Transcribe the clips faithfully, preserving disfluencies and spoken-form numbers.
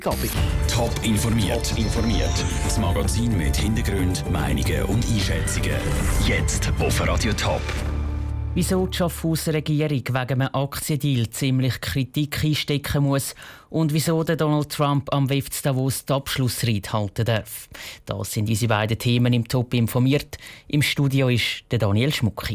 Top informiert. informiert. Das Magazin mit Hintergrund, Meinungen und Einschätzungen. Jetzt auf Radio Top. Wieso die Schaffhauser Regierung wegen einem Aktiendeal ziemlich Kritik einstecken muss und wieso der Donald Trump am W E F in Davos die Abschlussrede halten darf. Das sind unsere beiden Themen im Top informiert. Im Studio ist der Daniel Schmucki.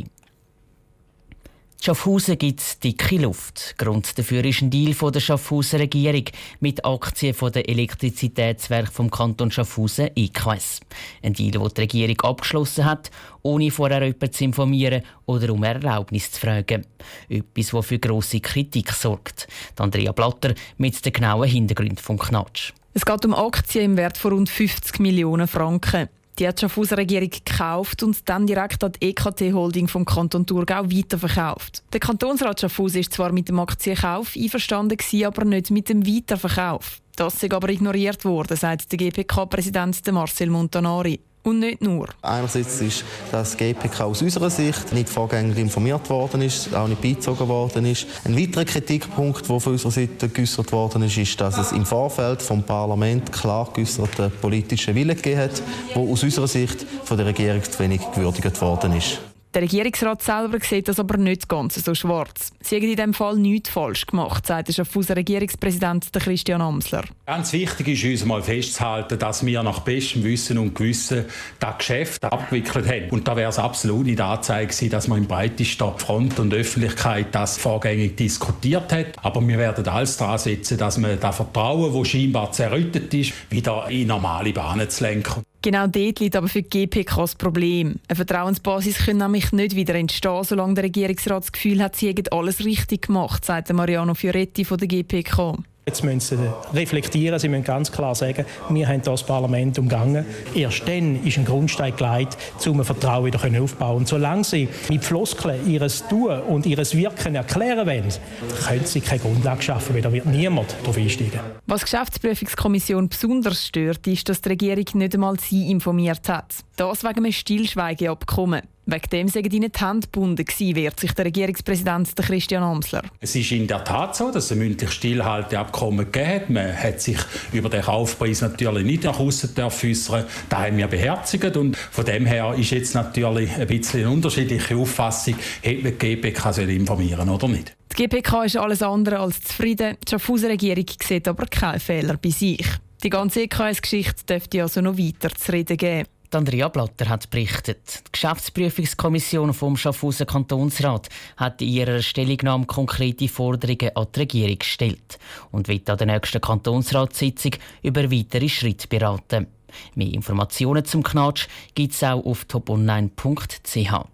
Schaffhausen gibt dicke Luft. Grund dafür ist ein Deal von der Schaffhauser Regierung mit Aktien von der Elektrizitätswerk vom Kanton Schaffhausen E K S. Ein Deal, den die Regierung abgeschlossen hat, ohne vorher jemanden zu informieren oder um Erlaubnis zu fragen. Etwas, das für grosse Kritik sorgt. Andrea Blatter mit den genauen Hintergründen vom Knatsch. Es geht um Aktien im Wert von rund fünfzig Millionen Franken. Die hat die Schaffhauser Regierung gekauft und dann direkt an die E K T-Holding vom Kanton Thurgau weiterverkauft. Der Kantonsrat Schaffhausen war zwar mit dem Aktienkauf einverstanden, aber nicht mit dem Weiterverkauf. Das ist aber ignoriert worden, sagt der G P K-Präsident Marcel Montanari. Und nicht nur. Einerseits ist, dass das G P K aus unserer Sicht nicht vorgängig informiert worden ist, auch nicht beizogen worden ist. Ein weiterer Kritikpunkt, der von unserer Seite geäußert worden ist, ist, dass es im Vorfeld vom Parlament klar geäußerten politischen Willen gegeben hat, der aus unserer Sicht von der Regierung zu wenig gewürdigt worden ist. Der Regierungsrat selber sieht das aber nicht ganz so schwarz. Sie haben in diesem Fall nichts falsch gemacht, sagt der Schaffhauser Regierungspräsident Christian Amsler. Ganz wichtig ist uns mal festzuhalten, dass wir nach bestem Wissen und Gewissen das Geschäft abgewickelt haben. Und da wäre es absolut nicht Anzeige gewesen, dass man in breitester Front und Öffentlichkeit das vorgängig diskutiert hat. Aber wir werden alles daran setzen, dass man das Vertrauen, das scheinbar zerrüttet ist, wieder in normale Bahnen zu lenken. Genau dort liegt aber für die G P K das Problem. Eine Vertrauensbasis kann nämlich nicht wieder entstehen, solange der Regierungsrat das Gefühl hat, sie hätten alles richtig gemacht, sagt Mariano Fioretti von der G P K. Jetzt müssen sie reflektieren, sie müssen ganz klar sagen, wir haben das Parlament umgangen. Erst dann ist ein Grundstein gelegt, um ein Vertrauen wieder aufzubauen. Und solange sie mit Floskeln ihr Tun und ihr Wirken erklären wollen, können sie keine Grundlage schaffen, weil da wird niemand darauf einsteigen. Was die Geschäftsprüfungskommission besonders stört, ist, dass die Regierung nicht einmal sie informiert hat. Das wegen einem Stillschweigeabkommen. Wegen dem seien ihnen die Hände gebunden gewesen, wehrt sich der Regierungspräsident Christian Amsler. Es ist in der Tat so, dass es ein mündliches Stillhalteabkommen gegeben hat. Man hat sich über den Kaufpreis natürlich nicht nach aussen äußern. Das haben wir beherzigt. Und von dem her ist jetzt natürlich ein bisschen eine unterschiedliche Auffassung, hätte man die G P K informieren oder nicht. Die G P K ist alles andere als zufrieden. Die Schaffhauser Regierung sieht aber keinen Fehler bei sich. Die ganze E K S-Geschichte dürfte also noch weiter zu reden geben. Andrea Blatter hat berichtet. Die Geschäftsprüfungskommission vom Schaffhauser Kantonsrat hat in ihrer Stellungnahme konkrete Forderungen an die Regierung gestellt und wird an der nächsten Kantonsratssitzung über weitere Schritte beraten. Mehr Informationen zum Knatsch gibt es auch auf top online punkt c h.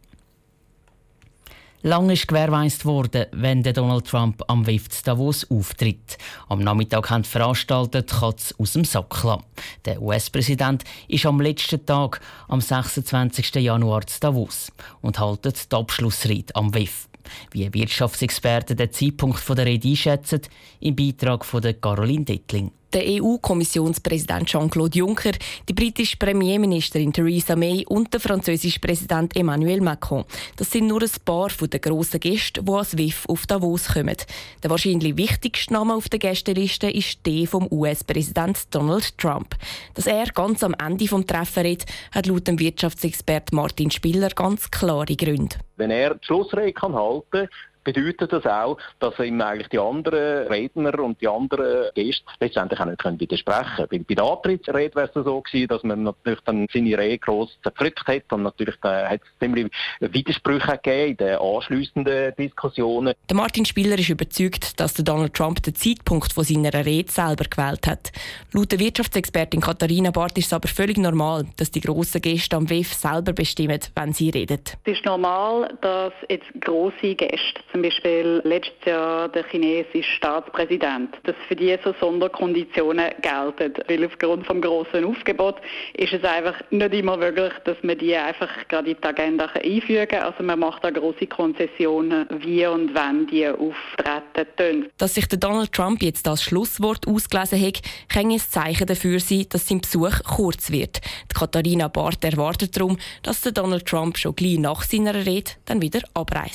Lange ist gewährleistet worden, wenn der Donald Trump am W E F in Davos auftritt. Am Nachmittag haben die Veranstalter die Katze aus dem Sack gelassen. Der U S-Präsident ist am letzten Tag, am sechsundzwanzigsten Januar in Davos und hält die Abschlussrede am W E F. Wie Wirtschaftsexperten den Zeitpunkt der Rede einschätzen, im Beitrag von Caroline Dettling. Der E U-Kommissionspräsident Jean-Claude Juncker, die britische Premierministerin Theresa May und der französische Präsident Emmanuel Macron. Das sind nur ein paar der grossen Gäste, die als W E F auf Davos kommen. Der wahrscheinlich wichtigste Name auf der Gästeliste ist der vom U S-Präsident Donald Trump. Dass er ganz am Ende des Treffens redet, hat laut dem Wirtschaftsexperten Martin Spiller ganz klare Gründe. Wenn er die Schlussrede kann halten, bedeutet das auch, dass ihm eigentlich die anderen Redner und die anderen Gäste letztendlich auch nicht widersprechen können. Bei der Antrittsrede wäre es so gewesen, dass man natürlich dann seine Rede gross zerpflückt hat und natürlich äh, hat es ziemlich Widersprüche gegeben in den anschliessenden Diskussionen. Der Martin Spiller ist überzeugt, dass der Donald Trump den Zeitpunkt von seiner Rede selber gewählt hat. Laut der Wirtschaftsexpertin Katharina Barth ist es aber völlig normal, dass die grossen Gäste am W E F selber bestimmen, wenn sie reden. Es ist normal, dass jetzt grosse Gäste, zum Beispiel letztes Jahr der chinesische Staatspräsident, dass für die so Sonderkonditionen gelten. Weil aufgrund des grossen Aufgebots ist es einfach nicht immer möglich, dass man die einfach gerade in die Agenda einfügen kann. Also man macht da grosse Konzessionen, wie und wann die auftreten können. Dass sich der Donald Trump jetzt das Schlusswort ausgelesen hat, kann ein Zeichen dafür sein, dass sein Besuch kurz wird. Die Katharina Barth erwartet darum, dass der Donald Trump schon gleich nach seiner Rede dann wieder abreist.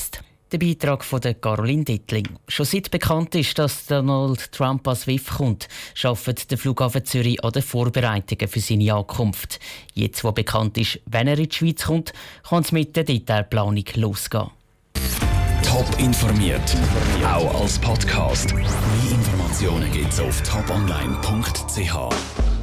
Der Beitrag von der Caroline Dittling. Schon seit bekannt ist, dass Donald Trump an SWIFT kommt, arbeitet der Flughafen Zürich an den Vorbereitungen für seine Ankunft. Jetzt, wo bekannt ist, wenn er in die Schweiz kommt, kann es mit der Detailplanung losgehen. Top informiert, auch als Podcast. Mehr Informationen gibt's auf top online punkt c h.